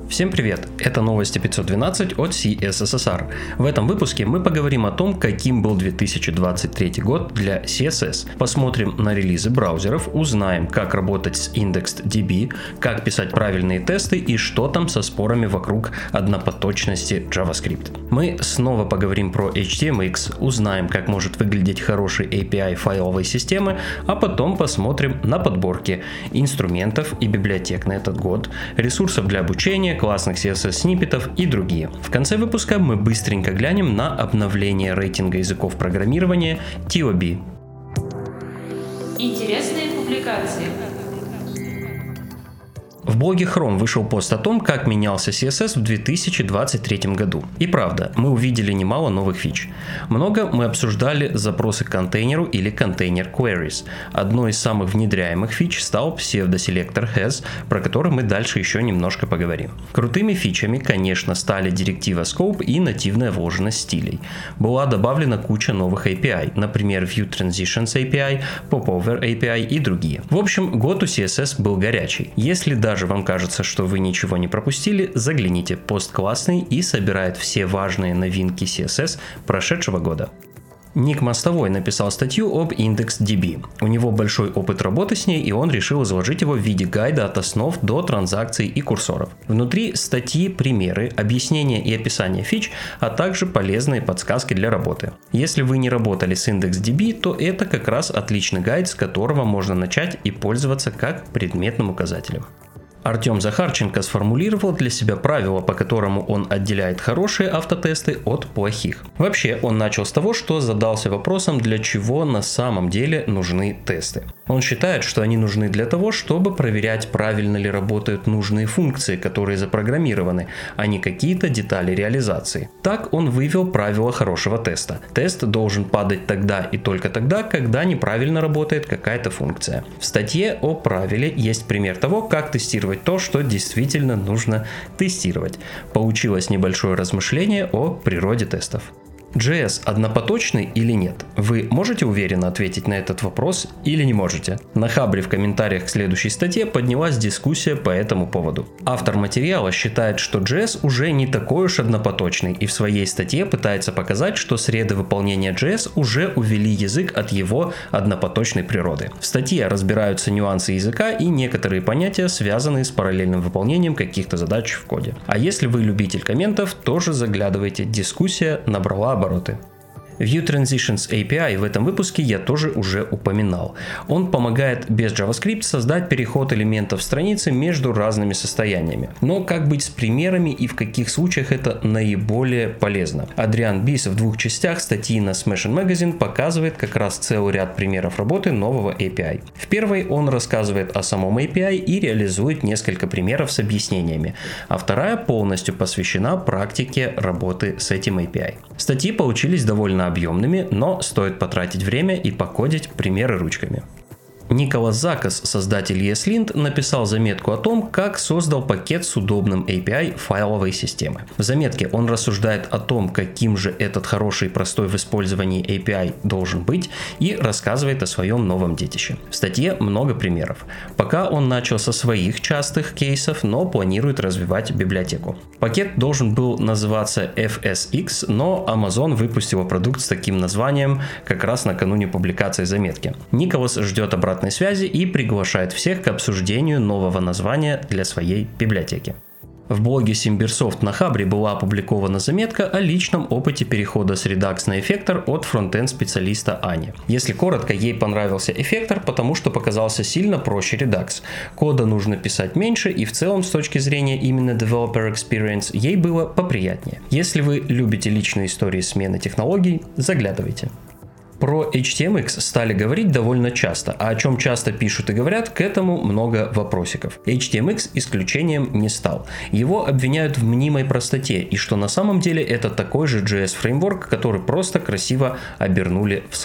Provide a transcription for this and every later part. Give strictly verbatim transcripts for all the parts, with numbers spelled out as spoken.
Всем привет! Это новости пятьсот двенадцать от си эс эс эс ар. В этом выпуске мы поговорим о том, каким был две тысячи двадцать третий год для си эс эс. Посмотрим на релизы браузеров, узнаем, как работать с IndexedDB, как писать правильные тесты и что там со спорами вокруг однопоточности JavaScript. Мы снова поговорим про эйч ти эм икс, узнаем, как может выглядеть хороший эй пи ай файловой системы, а потом посмотрим на подборки инструментов и библиотек на этот год, ресурсов для обучения, классных си эс эс-сниппетов и другие. В конце выпуска мы быстренько глянем на обновление рейтинга языков программирования ти о би. Интересные публикации. В блоге Chrome вышел пост о том, как менялся си эс эс в две тысячи двадцать третьем году. И правда, мы увидели немало новых фич. Много мы обсуждали запросы к контейнеру или container queries. Одной из самых внедряемых фич стал pseudo-selector has, про который мы дальше еще немножко поговорим. Крутыми фичами, конечно, стали директива scope и нативная вложенность стилей. Была добавлена куча новых эй пи ай, например, View Transitions эй пи ай, Popover эй пи ай и другие. В общем, год у си эс эс был горячий. Если даже Даже вам кажется, что вы ничего не пропустили, загляните, пост классный и собирает все важные новинки си эс эс прошедшего года. Ник Мостовой написал статью об IndexedDB. У него большой опыт работы с ней, и он решил изложить его в виде гайда от основ до транзакций и курсоров. Внутри статьи примеры, объяснения и описание фич, а также полезные подсказки для работы. Если вы не работали с IndexedDB, то это как раз отличный гайд, с которого можно начать и пользоваться как предметным указателем. Артем Захарченко сформулировал для себя правило, по которому он отделяет хорошие автотесты от плохих. Вообще, он начал с того, что задался вопросом, для чего на самом деле нужны тесты. Он считает, что они нужны для того, чтобы проверять, правильно ли работают нужные функции, которые запрограммированы, а не какие-то детали реализации. Так он вывел правило хорошего теста. Тест должен падать тогда и только тогда, когда неправильно работает какая-то функция. В статье о правиле есть пример того, как тестировать то, что действительно нужно тестировать. Получилось небольшое размышление о природе тестов. джей эс однопоточный или нет? Вы можете уверенно ответить на этот вопрос или не можете? На Хабре в комментариях к следующей статье поднялась дискуссия по этому поводу. Автор материала считает, что джей эс уже не такой уж однопоточный, и в своей статье пытается показать, что среды выполнения джей эс уже увели язык от его однопоточной природы. В статье разбираются нюансы языка и некоторые понятия, связанные с параллельным выполнением каких-то задач в коде. А если вы любитель комментов, тоже заглядывайте, дискуссия набрала обороты. View Transitions эй пи ай в этом выпуске я тоже уже упоминал. Он помогает без JavaScript создать переход элементов страницы между разными состояниями. Но как быть с примерами и в каких случаях это наиболее полезно? Адриан Бис в двух частях статьи на Smashing Magazine показывает как раз целый ряд примеров работы нового эй пи ай. В первой он рассказывает о самом эй пи ай и реализует несколько примеров с объяснениями, а вторая полностью посвящена практике работы с этим эй пи ай. Статьи получились довольно объемными, но стоит потратить время и покодить примеры ручками. Николас Закас, создатель ESLint, написал заметку о том, как создал пакет с удобным эй пи ай файловой системы. В заметке он рассуждает о том, каким же этот хороший и простой в использовании эй пи ай должен быть, и рассказывает о своем новом детище. В статье много примеров. Пока он начал со своих частых кейсов, но планирует развивать библиотеку. Пакет должен был называться эф эс икс, но Amazon выпустила продукт с таким названием как раз накануне публикации заметки. Николас ждет обратной связи и приглашает всех к обсуждению нового названия для своей библиотеки. В блоге Симбирсофт на Хабре была опубликована заметка о личном опыте перехода с Redux на Effector от фронтенд-специалиста Ани. Если коротко, ей понравился Effector, потому что показался сильно проще Redux. Кода нужно писать меньше, и в целом с точки зрения именно Developer Experience ей было поприятнее. Если вы любите личные истории смены технологий, заглядывайте. Про эйч ти эм икс стали говорить довольно часто, а о чем часто пишут и говорят, к этому много вопросиков. эйч ти эм икс исключением не стал. Его обвиняют в мнимой простоте, и что на самом деле это такой же джей эс фреймворк, который просто красиво обернули в слова.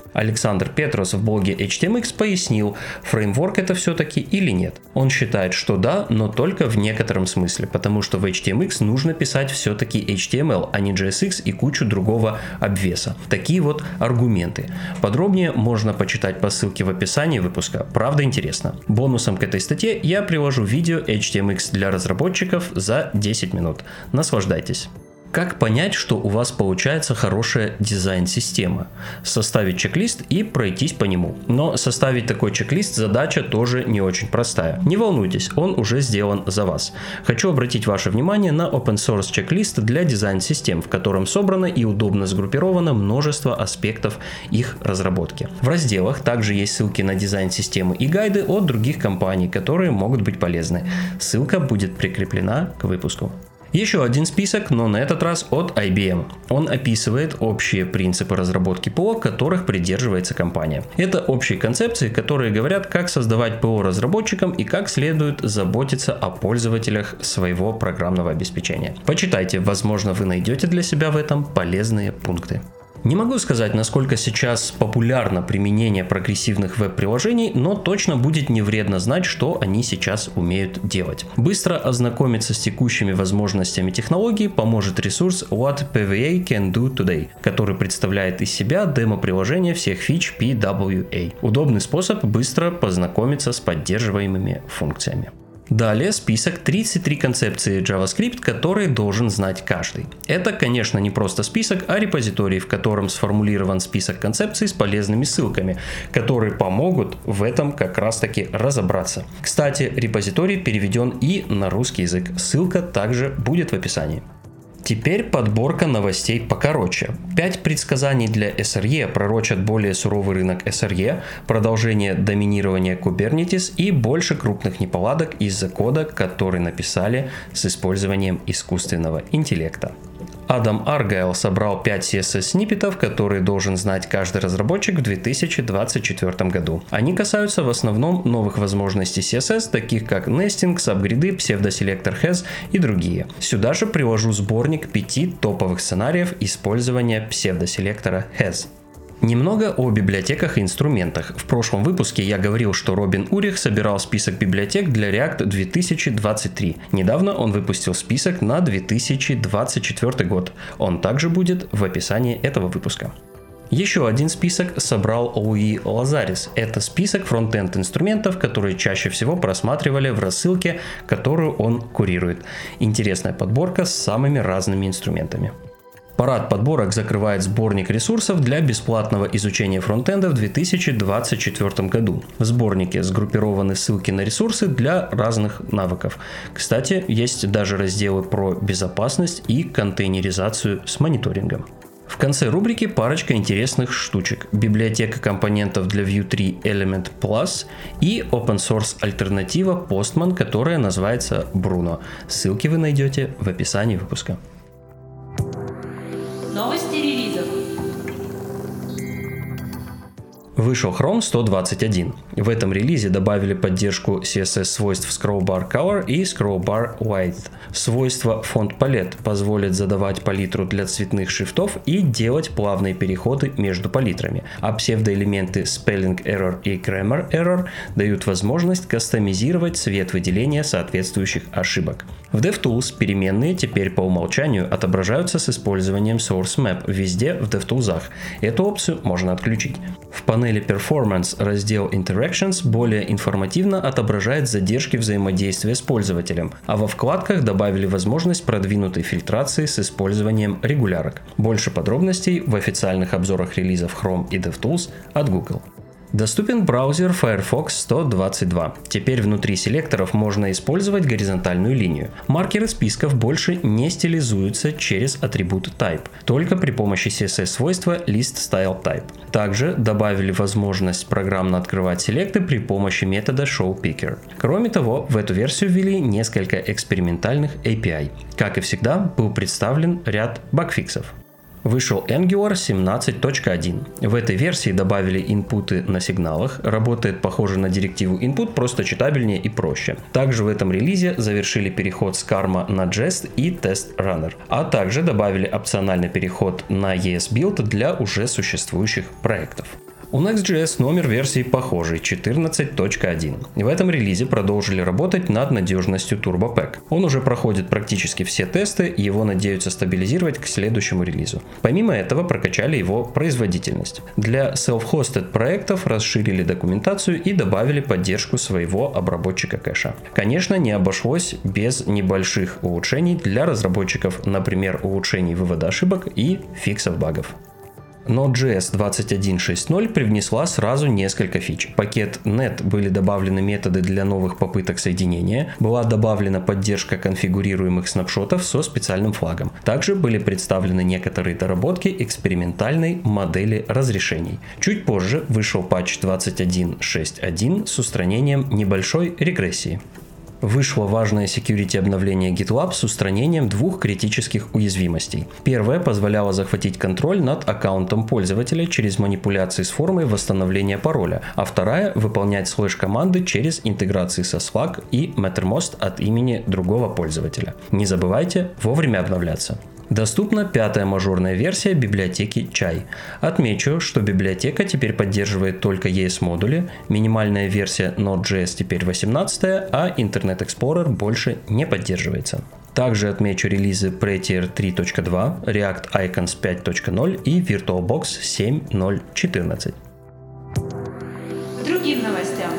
Александр Петрос в блоге эйч ти эм икс пояснил, фреймворк это все-таки или нет. Он считает, что да, но только в некотором смысле, потому что в эйч ти эм икс нужно писать все-таки эйч ти эм эл, а не джей эс икс и кучу другого обвеса. Такие вот аргументы. Подробнее можно почитать по ссылке в описании выпуска. Правда интересно. Бонусом к этой статье я приложу видео эйч ти эм икс для разработчиков за десять минут. Наслаждайтесь. Как понять, что у вас получается хорошая дизайн-система? Составить чек-лист и пройтись по нему. Но составить такой чек-лист задача тоже не очень простая. Не волнуйтесь, он уже сделан за вас. Хочу обратить ваше внимание на open source чек-лист для дизайн-систем, в котором собрано и удобно сгруппировано множество аспектов их разработки. В разделах также есть ссылки на дизайн-системы и гайды от других компаний, которые могут быть полезны. Ссылка будет прикреплена к выпуску. Еще один список, но на этот раз от ай би эм. Он описывает общие принципы разработки ПО, которых придерживается компания. Это общие концепции, которые говорят, как создавать ПО разработчикам и как следует заботиться о пользователях своего программного обеспечения. Почитайте, возможно, вы найдете для себя в этом полезные пункты. Не могу сказать, насколько сейчас популярно применение прогрессивных веб-приложений, но точно будет не вредно знать, что они сейчас умеют делать. Быстро ознакомиться с текущими возможностями технологий поможет ресурс What пи ви эй Can Do Today, который представляет из себя демо-приложение всех фич пи дабл ю эй. Удобный способ быстро познакомиться с поддерживаемыми функциями. Далее список тридцать три концепции JavaScript, которые должен знать каждый. Это, конечно, не просто список, а репозиторий, в котором сформулирован список концепций с полезными ссылками, которые помогут в этом как раз таки разобраться. Кстати, репозиторий переведен и на русский язык, ссылка также будет в описании. Теперь подборка новостей покороче. пять предсказаний для эс эр и пророчат более суровый рынок эс эр и, продолжение доминирования Kubernetes и больше крупных неполадок из-за кода, который написали с использованием искусственного интеллекта. Адам Аргайл собрал пять си эс эс-сниппетов, которые должен знать каждый разработчик в две тысячи двадцать четвёртом году. Они касаются в основном новых возможностей си эс эс, таких как нестинг, сабгриды, псевдоселектор has и другие. Сюда же приложу сборник пяти топовых сценариев использования псевдоселектора has. Немного о библиотеках и инструментах. В прошлом выпуске я говорил, что Робин Урих собирал список библиотек для React две тысячи двадцать три. Недавно он выпустил список на две тысячи двадцать четвёртый год. Он также будет в описании этого выпуска. Еще один список собрал Луи Лазарис. Это список фронтенд инструментов, которые чаще всего просматривали в рассылке, которую он курирует. Интересная подборка с самыми разными инструментами. Парад подборок закрывает сборник ресурсов для бесплатного изучения фронтенда в две тысячи двадцать четвёртом году. В сборнике сгруппированы ссылки на ресурсы для разных навыков. Кстати, есть даже разделы про безопасность и контейнеризацию с мониторингом. В конце рубрики парочка интересных штучек. Библиотека компонентов для Vue три Element Plus и open source альтернатива Postman, которая называется Bruno. Ссылки вы найдете в описании выпуска. Новости релизов. Вышел Chrome сто двадцать один. В этом релизе добавили поддержку си эс эс-свойств Scrollbar Color и Scrollbar Width. Свойство Font Palette позволит задавать палитру для цветных шрифтов и делать плавные переходы между палитрами, а псевдоэлементы Spelling Error и Grammar Error дают возможность кастомизировать цвет выделения соответствующих ошибок. В DevTools переменные теперь по умолчанию отображаются с использованием Source Map везде в DevTools. Эту опцию можно отключить. В панели Performance раздел Interactions более информативно отображает задержки взаимодействия с пользователем, а во вкладках добавили возможность продвинутой фильтрации с использованием регулярок. Больше подробностей в официальных обзорах релизов Chrome и DevTools от Google. Доступен браузер Firefox сто двадцать два. Теперь внутри селекторов можно использовать горизонтальную линию. Маркеры списков больше не стилизуются через атрибут Type, только при помощи си эс эс-свойства ListStyleType. Также добавили возможность программно открывать селекты при помощи метода ShowPicker. Кроме того, в эту версию ввели несколько экспериментальных эй пи ай. Как и всегда, был представлен ряд багфиксов. Вышел Angular семнадцать точка один. В этой версии добавили инпуты на сигналах, работает похоже на директиву input, просто читабельнее и проще. Также в этом релизе завершили переход с Karma на Jest и Test Runner, а также добавили опциональный переход на и эс Build для уже существующих проектов. У Next.js номер версии похожий, четырнадцать точка один. В этом релизе продолжили работать над надежностью TurboPack. Он уже проходит практически все тесты, и его надеются стабилизировать к следующему релизу. Помимо этого прокачали его производительность. Для self-hosted проектов расширили документацию и добавили поддержку своего обработчика кэша. Конечно, не обошлось без небольших улучшений для разработчиков, например, улучшений вывода ошибок и фиксов багов. Node.js двадцать один точка шесть точка ноль привнесла сразу несколько фич. В пакет нет были добавлены методы для новых попыток соединения, была добавлена поддержка конфигурируемых снапшотов со специальным флагом. Также были представлены некоторые доработки экспериментальной модели разрешений. Чуть позже вышел патч двадцать один точка шесть точка один с устранением небольшой регрессии. Вышло важное security обновление GitLab с устранением двух критических уязвимостей. Первое позволяло захватить контроль над аккаунтом пользователя через манипуляции с формой восстановления пароля, а вторая — выполнять слэш-команды через интеграции со Slack и Mattermost от имени другого пользователя. Не забывайте вовремя обновляться. Доступна пятая мажорная версия библиотеки Chai. Отмечу, что библиотека теперь поддерживает только и эс-модули, минимальная версия Node.js теперь восемнадцатая, а Internet Explorer больше не поддерживается. Также отмечу релизы Prettier три точка два, React Icons пять точка ноль и VirtualBox семь точка ноль четырнадцать. Другим новостям.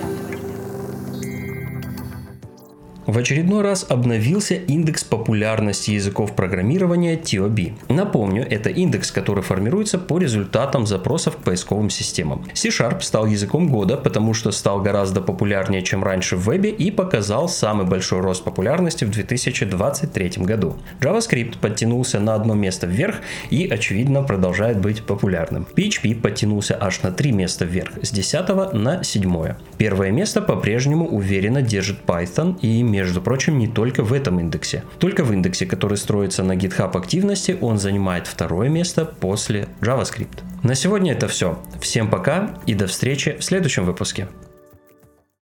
В очередной раз обновился индекс популярности языков программирования ти о би. Напомню, это индекс, который формируется по результатам запросов к поисковым системам. C-Sharp стал языком года, потому что стал гораздо популярнее, чем раньше в вебе, и показал самый большой рост популярности в две тысячи двадцать третьем году. JavaScript подтянулся на одно место вверх и, очевидно, продолжает быть популярным. пи эйч пи подтянулся аж на три места вверх, с десятого на седьмое. Первое место по-прежнему уверенно держит Python, и между прочим, не только в этом индексе. Только в индексе, который строится на GitHub активности, он занимает второе место после JavaScript. На сегодня это все. Всем пока и до встречи в следующем выпуске.